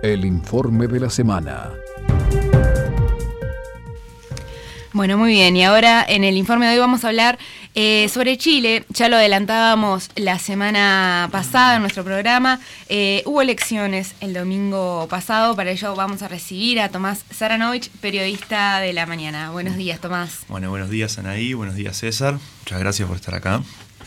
El informe de la semana. Bueno, muy bien. Y ahora en el informe de hoy vamos a hablar sobre Chile. Ya lo adelantábamos la semana pasada en nuestro programa. Hubo elecciones el domingo pasado. Para ello vamos a recibir a Tomás Zaranovich, periodista de La Mañana. Buenos días, Tomás. Bueno, buenos días, Anaí. Buenos días, César. Muchas gracias por estar acá.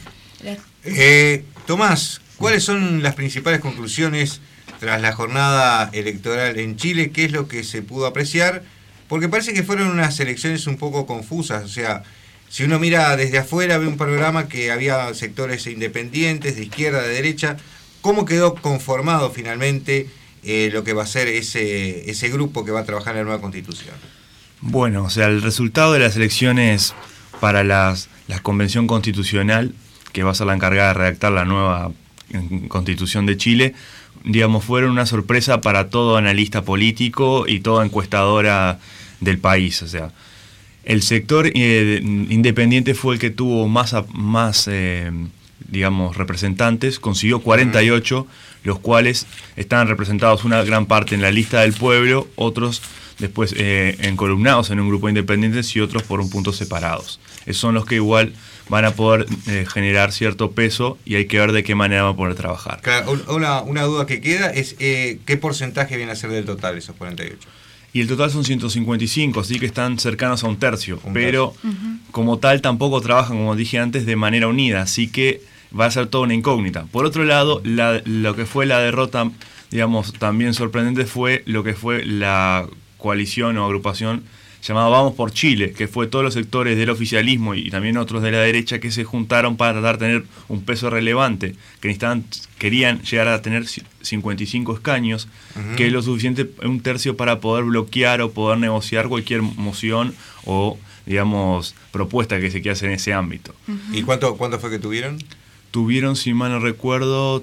Tomás, ¿cuáles son las principales conclusiones tras la jornada electoral en Chile? ¿Qué es lo que se pudo apreciar? Porque parece que fueron unas elecciones un poco confusas. O sea, si uno mira desde afuera, ve un panorama que había sectores independientes, de izquierda, de derecha. ¿Cómo quedó conformado finalmente lo que va a ser ese grupo que va a trabajar en la nueva Constitución? Bueno, o sea, el resultado de las elecciones para la Convención Constitucional, que va a ser la encargada de redactar la nueva Constitución de Chile, digamos, fueron una sorpresa para todo analista político y toda encuestadora del país. O sea, el sector independiente fue el que tuvo más digamos, representantes, consiguió 48, los cuales están representados una gran parte en la lista del pueblo, otros después encolumnados en un grupo de independientes y otros por un punto separados. Esos son los que igual van a poder generar cierto peso y hay que ver de qué manera van a poder trabajar. Claro, una duda que queda es ¿qué porcentaje viene a ser del total esos 48? Y el total son 155, así que están cercanos a un tercio. Pero como tal tampoco trabajan, como dije antes, de manera unida, así que va a ser toda una incógnita. Por otro lado, lo que fue la derrota, digamos, también sorprendente fue lo que fue la coalición o agrupación llamada Vamos por Chile, que fue todos los sectores del oficialismo y también otros de la derecha que se juntaron para tratar de tener un peso relevante, que querían llegar a tener 55 escaños, que es lo suficiente, un tercio para poder bloquear o poder negociar cualquier moción o, digamos, propuesta que se quiera hacer en ese ámbito. ¿Y cuánto fue que tuvieron? Tuvieron, si mal no recuerdo,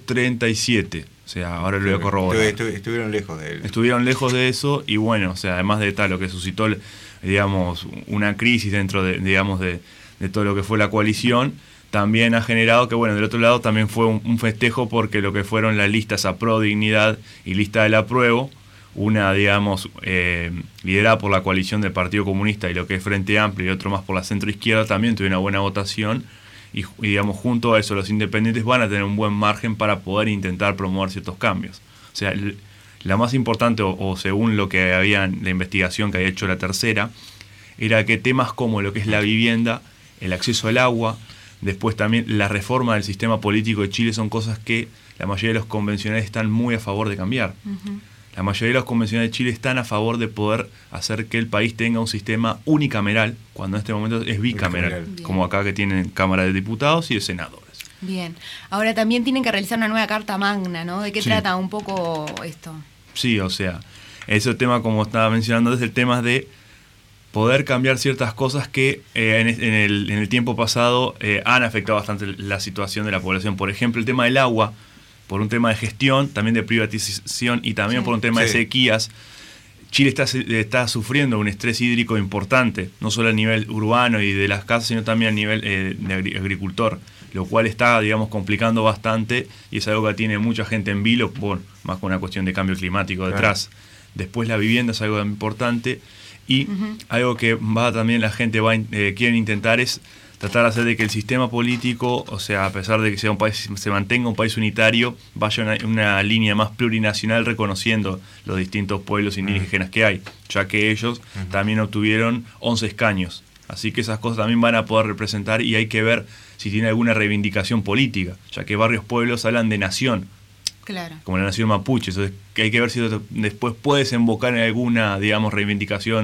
37. O sea, ahora lo voy a corroborar. Estuvieron lejos de él. Estuvieron lejos de eso y bueno, o sea, además de tal, lo que suscitó, digamos, una crisis dentro de, digamos, de todo lo que fue la coalición, también ha generado que, bueno, del otro lado también fue un festejo porque lo que fueron las listas Apro Dignidad y lista del Apruebo, una, digamos, liderada por la coalición del Partido Comunista y lo que es Frente Amplio y otro más por la centroizquierda, también tuvieron una buena votación. Y digamos, junto a eso, los independientes van a tener un buen margen para poder intentar promover ciertos cambios. O sea, la más importante, o según lo que había en la investigación que había hecho la tercera, era que temas como lo que es la vivienda, el acceso al agua, después también la reforma del sistema político de Chile son cosas que la mayoría de los convencionales están muy a favor de cambiar. La mayoría de los convencionales de Chile están a favor de poder hacer que el país tenga un sistema unicameral, cuando en este momento es bicameral, como acá que tienen Cámara de Diputados y de Senadores. Bien. Ahora también tienen que realizar una nueva Carta Magna, ¿no? ¿De qué trata un poco esto? Sí, o sea, ese tema, como estaba mencionando, es el tema de poder cambiar ciertas cosas que en el tiempo pasado han afectado bastante la situación de la población. Por ejemplo, el tema del agua, por un tema de gestión, también de privatización y también por un tema de sequías. Chile está sufriendo un estrés hídrico importante, no solo a nivel urbano y de las casas, sino también a nivel de agricultor, lo cual está, digamos, complicando bastante y es algo que tiene mucha gente en vilo, más con una cuestión de cambio climático detrás. Después la vivienda es algo importante y algo que también la gente quiere intentar es tratar de hacer de que el sistema político, o sea, a pesar de que sea un país, se mantenga un país unitario, vaya una línea más plurinacional reconociendo los distintos pueblos indígenas que hay, ya que ellos también obtuvieron 11 escaños. Así que esas cosas también van a poder representar y hay que ver si tiene alguna reivindicación política, ya que varios pueblos hablan de nación, claro, como la nación mapuche. Entonces hay que ver si después puede desembocar en alguna, digamos, reivindicación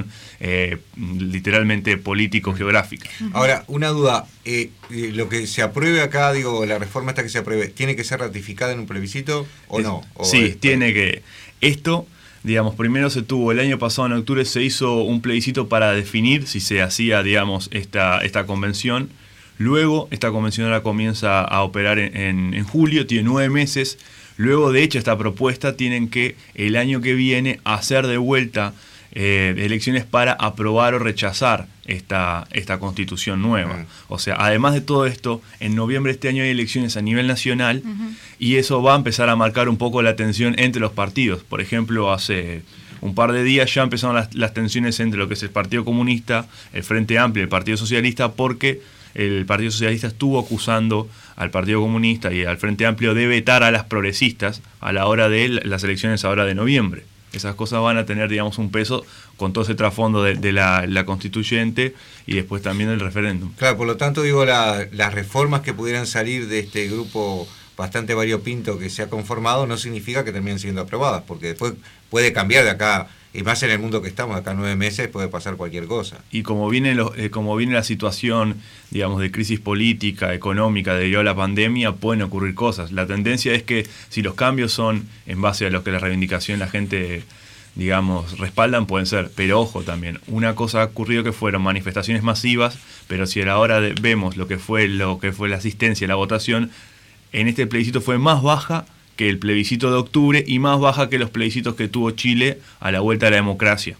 literalmente político-geográfica. Ahora, una duda, lo que se apruebe acá, la reforma esta que se apruebe, ¿tiene que ser ratificada en un plebiscito o no? Sí, tiene que. Esto, digamos, primero se tuvo, el año pasado en octubre se hizo un plebiscito para definir si se hacía, digamos, esta convención. Luego, esta convención ahora comienza a operar en julio, tiene 9 meses. Luego, de hecho, esta propuesta tienen que el año que viene hacer de vuelta elecciones para aprobar o rechazar esta constitución nueva. O sea, además de todo esto, en noviembre de este año hay elecciones a nivel nacional y eso va a empezar a marcar un poco la tensión entre los partidos. Por ejemplo, hace un par de días ya empezaron las tensiones entre lo que es el Partido Comunista, el Frente Amplio y el Partido Socialista, porque el Partido Socialista estuvo acusando al Partido Comunista y al Frente Amplio de vetar a las progresistas a la hora de las elecciones ahora de noviembre. Esas cosas van a tener, digamos, un peso con todo ese trasfondo de la constituyente y después también del referéndum. Claro, por lo tanto, digo, las reformas que pudieran salir de este grupo bastante variopinto que se ha conformado no significa que terminen siendo aprobadas, porque después puede cambiar de acá, y más en el mundo que estamos, acá 9 meses puede pasar cualquier cosa. Y como viene la situación, digamos, de crisis política, económica debido a la pandemia, pueden ocurrir cosas. La tendencia es que si los cambios son en base a lo que la reivindicación la gente, digamos, respaldan, pueden ser. Pero ojo también, una cosa ha ocurrido que fueron manifestaciones masivas, pero si a la hora vemos lo que fue la asistencia, la votación, en este plebiscito fue más baja que el plebiscito de octubre y más baja que los plebiscitos que tuvo Chile a la vuelta a la democracia.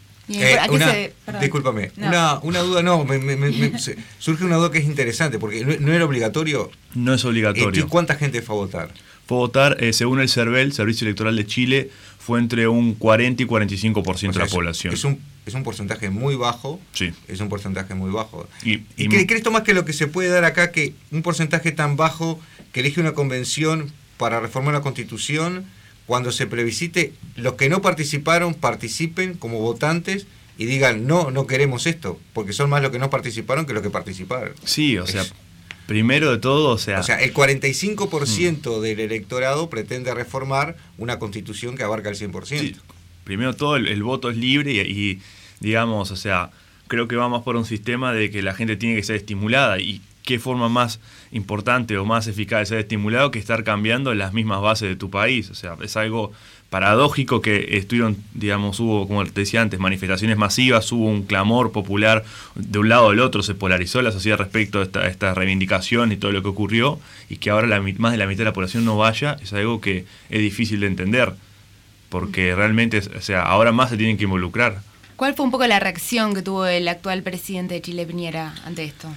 Discúlpame, no. una duda, surge una duda que es interesante, porque no era obligatorio. No es obligatorio. ¿Y cuánta gente fue a votar? Fue a votar, según el CERVEL, Servicio Electoral de Chile, fue entre un 40 y 45% de la población. Es un porcentaje muy bajo. Sí. Es un porcentaje muy bajo. ¿Y crees, Tomás, que lo que se puede dar acá, que un porcentaje tan bajo que elige una convención para reformar la Constitución, cuando se plebiscite, los que no participaron participen como votantes y digan no queremos esto, porque son más los que no participaron que los que participaron? Sí, o sea, primero de todo, o sea, el 45% del electorado pretende reformar una Constitución que abarca el 100%. Sí, primero de todo, el voto es libre y digamos, o sea, creo que va más por un sistema de que la gente tiene que ser estimulada, y qué forma más importante o más eficaz de ser estimulado que estar cambiando las mismas bases de tu país. O sea, es algo paradójico que estuvieron, digamos, hubo, como te decía antes, manifestaciones masivas, hubo un clamor popular de un lado o del otro, se polarizó la sociedad respecto a esta reivindicación y todo lo que ocurrió, y que ahora más de la mitad de la población no vaya, es algo que es difícil de entender, porque realmente, o sea, ahora más se tienen que involucrar. ¿Cuál fue un poco la reacción que tuvo el actual presidente de Chile, Piñera, ante esto?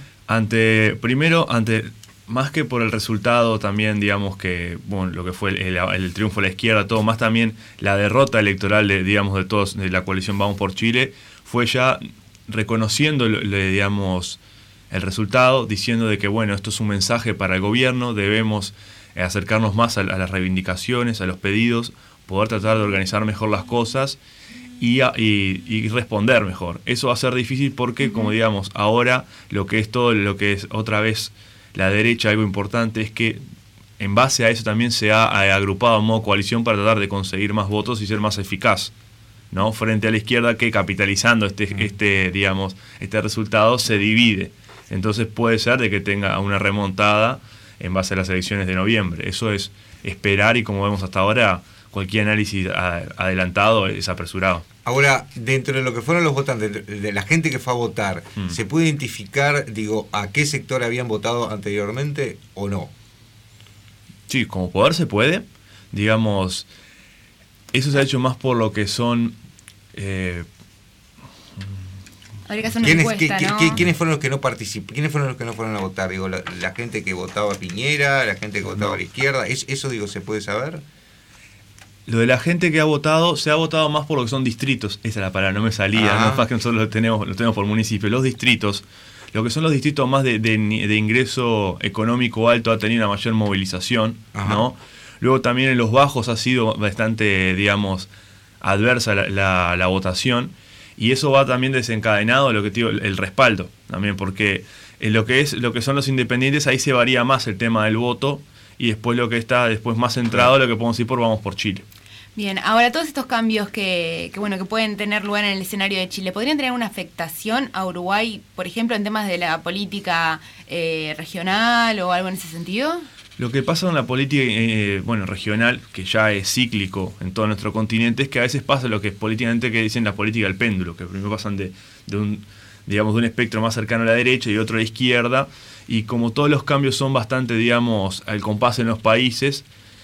Más que por el resultado también, digamos que, bueno, lo que fue el triunfo de la izquierda, todo, más también la derrota electoral de todos, de la coalición Vamos por Chile, fue ya reconociendo, digamos, el resultado, diciendo de que, bueno, esto es un mensaje para el gobierno, debemos acercarnos más a las reivindicaciones, a los pedidos, poder tratar de organizar mejor las cosas y responder mejor. Eso va a ser difícil porque, como digamos, ahora lo que es otra vez la derecha, algo importante es que en base a eso también se ha agrupado en modo coalición para tratar de conseguir más votos y ser más eficaz, ¿no? Frente a la izquierda, que capitalizando este resultado se divide. Entonces puede ser de que tenga una remontada en base a las elecciones de noviembre. Eso es esperar, y como vemos hasta ahora, cualquier análisis adelantado es apresurado. Ahora, dentro de lo que fueron los votantes, de la gente que fue a votar, ¿se puede identificar, a qué sector habían votado anteriormente o no? Sí, como poder se puede. Digamos, eso se ha hecho más por lo que son... Habría que hacer una encuesta, ¿no? ¿Quiénes fueron los que no participaron? ¿Quiénes fueron los que no fueron a votar? La gente que votaba a Piñera, la gente que votaba a la izquierda. ¿Eso, ¿se puede saber? Lo de la gente que ha votado, se ha votado más por lo que son distritos. Esa es la palabra, no me salía. No es más que nosotros lo tenemos por municipio. Los distritos, lo que son los distritos más de ingreso económico alto, ha tenido una mayor movilización, ¿no? Luego también en los bajos ha sido bastante, digamos, adversa la votación. Y eso va también desencadenado, lo que digo, el respaldo también, porque en lo que son los independientes, ahí se varía más el tema del voto. Y después lo que está después más centrado, lo que podemos decir por Vamos por Chile. Bien, ahora todos estos cambios que pueden tener lugar en el escenario de Chile, ¿podrían tener una afectación a Uruguay, por ejemplo, en temas de la política regional o algo en ese sentido? Lo que pasa en la política regional, que ya es cíclico en todo nuestro continente, es que a veces pasa lo que es políticamente que dicen la política del péndulo, que primero pasan de un espectro más cercano a la derecha y otro a la izquierda, y como todos los cambios son bastante, digamos, al compás en los países,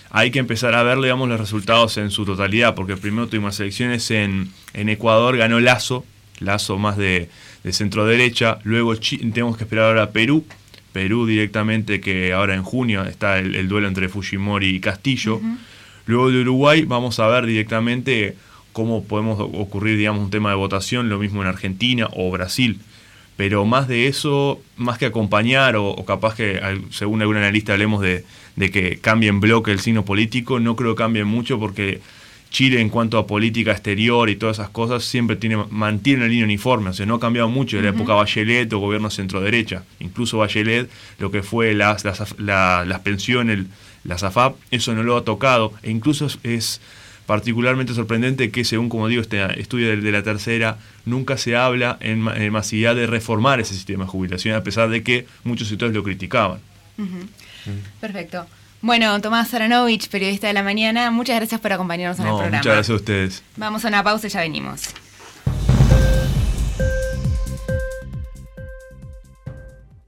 hay que empezar a ver, digamos, los resultados en su totalidad, porque primero tuvimos elecciones en Ecuador, ganó Lasso más de centro derecha, luego tenemos que esperar ahora a Perú directamente, que ahora en junio está el duelo entre Fujimori y Castillo. Luego de Uruguay vamos a ver directamente cómo podemos ocurrir, digamos, un tema de votación, lo mismo en Argentina o Brasil. Pero más de eso, más que acompañar o capaz que, según algún analista, hablemos de que cambie en bloque el signo político, no creo que cambie mucho, porque Chile, en cuanto a política exterior y todas esas cosas, siempre mantiene una línea uniforme. O sea, no ha cambiado mucho de la época Bachelet o gobierno centro-derecha. Incluso Bachelet, lo que fue las pensiones, las AFAP, eso no lo ha tocado. E incluso es particularmente sorprendente que, según, como digo, este estudio de la tercera, nunca se habla en masividad de reformar ese sistema de jubilación, a pesar de que muchos sectores lo criticaban. Perfecto. Bueno, Tomás Aronovich, periodista de La Mañana, muchas gracias por acompañarnos en el programa. Muchas gracias a ustedes. Vamos a una pausa y ya venimos.